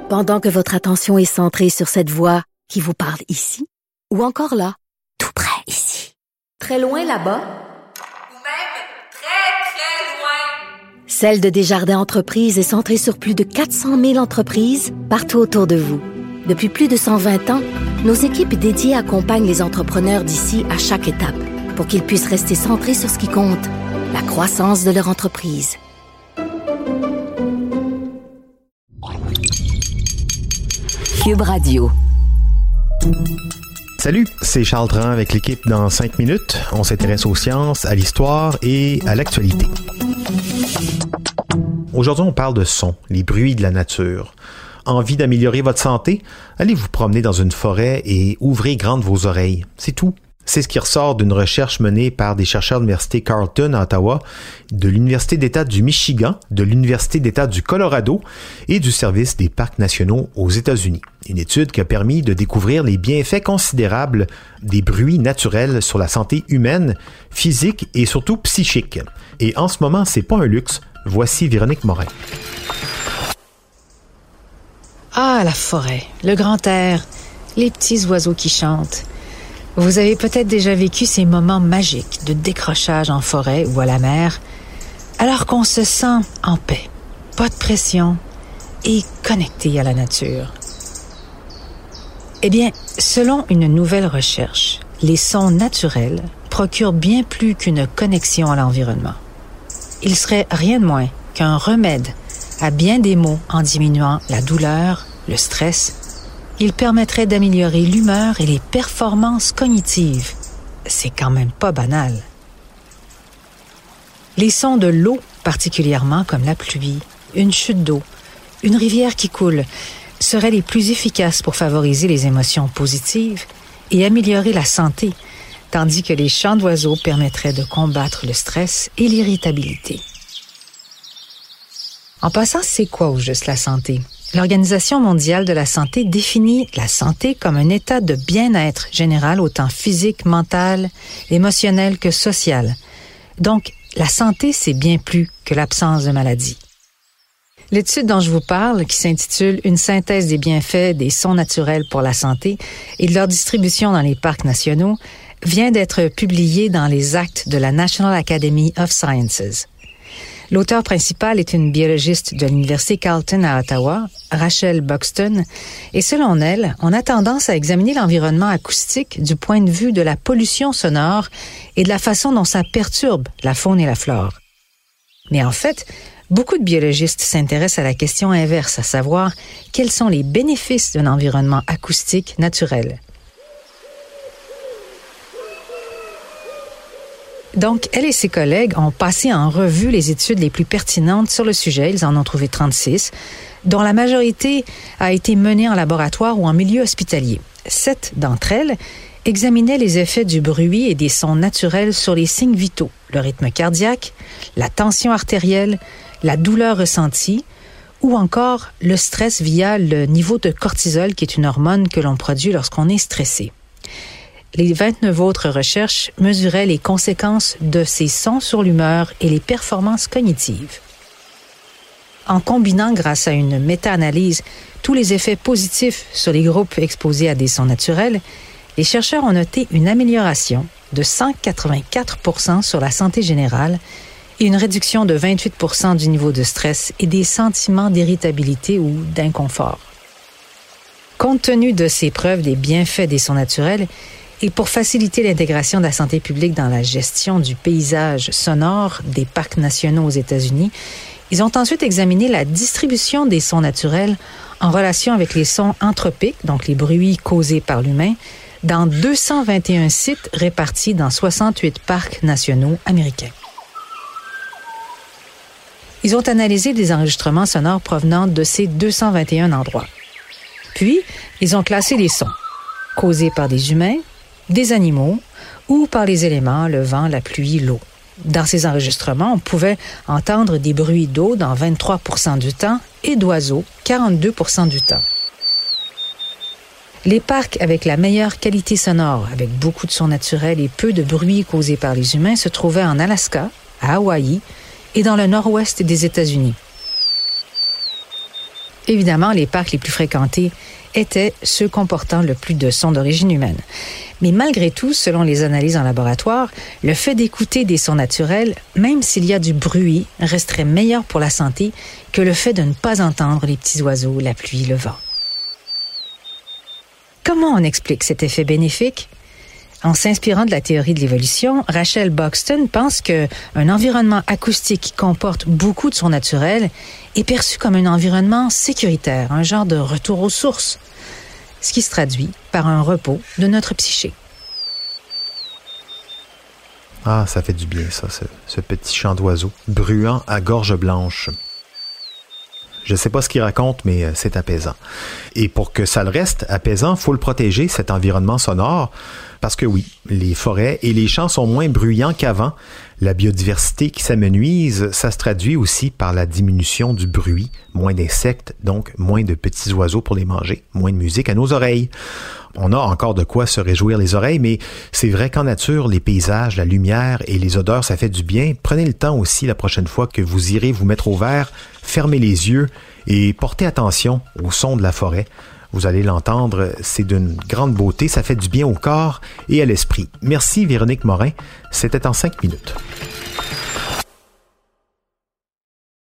Pendant que votre attention est centrée sur cette voix qui vous parle ici, ou encore là, tout près ici, très loin là-bas, ou même très, très loin. Celle de Desjardins Entreprises est centrée sur plus de 400 000 entreprises partout autour de vous. Depuis plus de 120 ans, nos équipes dédiées accompagnent les entrepreneurs d'ici à chaque étape pour qu'ils puissent rester centrés sur ce qui compte, la croissance de leur entreprise. Cube Radio. Salut, c'est Charles Dran avec l'équipe dans 5 minutes. On s'intéresse aux sciences, à l'histoire et à l'actualité. Aujourd'hui, on parle de son, les bruits de la nature. Envie d'améliorer votre santé? Allez vous promener dans une forêt et ouvrez grandes vos oreilles. C'est tout. C'est ce qui ressort d'une recherche menée par des chercheurs de l'Université Carleton à Ottawa, de l'Université d'État du Michigan, de l'Université d'État du Colorado et du Service des parcs nationaux aux États-Unis. Une étude qui a permis de découvrir les bienfaits considérables des bruits naturels sur la santé humaine, physique et surtout psychique. Et en ce moment, c'est pas un luxe. Voici Véronique Morin. Ah, la forêt, le grand air, les petits oiseaux qui chantent. Vous avez peut-être déjà vécu ces moments magiques de décrochage en forêt ou à la mer, alors qu'on se sent en paix, pas de pression et connecté à la nature. Eh bien, selon une nouvelle recherche, les sons naturels procurent bien plus qu'une connexion à l'environnement. Ils seraient rien de moins qu'un remède à bien des maux en diminuant la douleur, le stress. Il permettrait d'améliorer l'humeur et les performances cognitives. C'est quand même pas banal. Les sons de l'eau, particulièrement comme la pluie, une chute d'eau, une rivière qui coule, seraient les plus efficaces pour favoriser les émotions positives et améliorer la santé, tandis que les chants d'oiseaux permettraient de combattre le stress et l'irritabilité. En passant, c'est quoi au juste la santé? L'Organisation mondiale de la santé définit la santé comme un état de bien-être général autant physique, mental, émotionnel que social. Donc, la santé, c'est bien plus que l'absence de maladie. L'étude dont je vous parle, qui s'intitule « Une synthèse des bienfaits des sons naturels pour la santé et de leur distribution dans les parcs nationaux », vient d'être publiée dans les actes de la National Academy of Sciences. L'auteur principal est une biologiste de l'Université Carleton à Ottawa, Rachel Buxton, et selon elle, on a tendance à examiner l'environnement acoustique du point de vue de la pollution sonore et de la façon dont ça perturbe la faune et la flore. Mais en fait, beaucoup de biologistes s'intéressent à la question inverse, à savoir quels sont les bénéfices d'un environnement acoustique naturel. Donc, elle et ses collègues ont passé en revue les études les plus pertinentes sur le sujet. Ils en ont trouvé 36, dont la majorité a été menée en laboratoire ou en milieu hospitalier. 7 d'entre elles examinaient les effets du bruit et des sons naturels sur les signes vitaux, le rythme cardiaque, la tension artérielle, la douleur ressentie ou encore le stress via le niveau de cortisol, qui est une hormone que l'on produit lorsqu'on est stressé. Les 29 autres recherches mesuraient les conséquences de ces sons sur l'humeur et les performances cognitives. En combinant, grâce à une méta-analyse, tous les effets positifs sur les groupes exposés à des sons naturels, les chercheurs ont noté une amélioration de 184% sur la santé générale et une réduction de 28% du niveau de stress et des sentiments d'irritabilité ou d'inconfort. Compte tenu de ces preuves des bienfaits des sons naturels, et pour faciliter l'intégration de la santé publique dans la gestion du paysage sonore des parcs nationaux aux États-Unis, ils ont ensuite examiné la distribution des sons naturels en relation avec les sons anthropiques, donc les bruits causés par l'humain, dans 221 sites répartis dans 68 parcs nationaux américains. Ils ont analysé des enregistrements sonores provenant de ces 221 endroits. Puis, ils ont classé les sons causés par des humains, des animaux ou par les éléments, le vent, la pluie, l'eau. Dans ces enregistrements, on pouvait entendre des bruits d'eau dans 23% du temps et d'oiseaux 42% du temps. Les parcs avec la meilleure qualité sonore, avec beaucoup de sons naturels et peu de bruit causés par les humains, se trouvaient en Alaska, à Hawaï et dans le nord-ouest des États-Unis. Évidemment, les parcs les plus fréquentés étaient ceux comportant le plus de sons d'origine humaine. Mais malgré tout, selon les analyses en laboratoire, le fait d'écouter des sons naturels, même s'il y a du bruit, resterait meilleur pour la santé que le fait de ne pas entendre les petits oiseaux, la pluie, le vent. Comment on explique cet effet bénéfique? En s'inspirant de la théorie de l'évolution, Rachel Buxton pense qu'un environnement acoustique qui comporte beaucoup de sons naturels est perçu comme un environnement sécuritaire, un genre de retour aux sources, ce qui se traduit par un repos de notre psyché. Ah, ça fait du bien, ça, ce petit chant d'oiseau, bruant à gorge blanche. Je ne sais pas ce qu'il raconte, mais c'est apaisant. Et pour que ça le reste apaisant, il faut le protéger, cet environnement sonore, parce que oui, les forêts et les champs sont moins bruyants qu'avant. La biodiversité qui s'amenuise, ça se traduit aussi par la diminution du bruit, moins d'insectes, donc moins de petits oiseaux pour les manger, moins de musique à nos oreilles. On a encore de quoi se réjouir les oreilles, mais c'est vrai qu'en nature, les paysages, la lumière et les odeurs, ça fait du bien. Prenez le temps aussi la prochaine fois que vous irez vous mettre au vert, fermez les yeux et portez attention au son de la forêt. Vous allez l'entendre, c'est d'une grande beauté, ça fait du bien au corps et à l'esprit. Merci Véronique Morin, c'était en 5 minutes.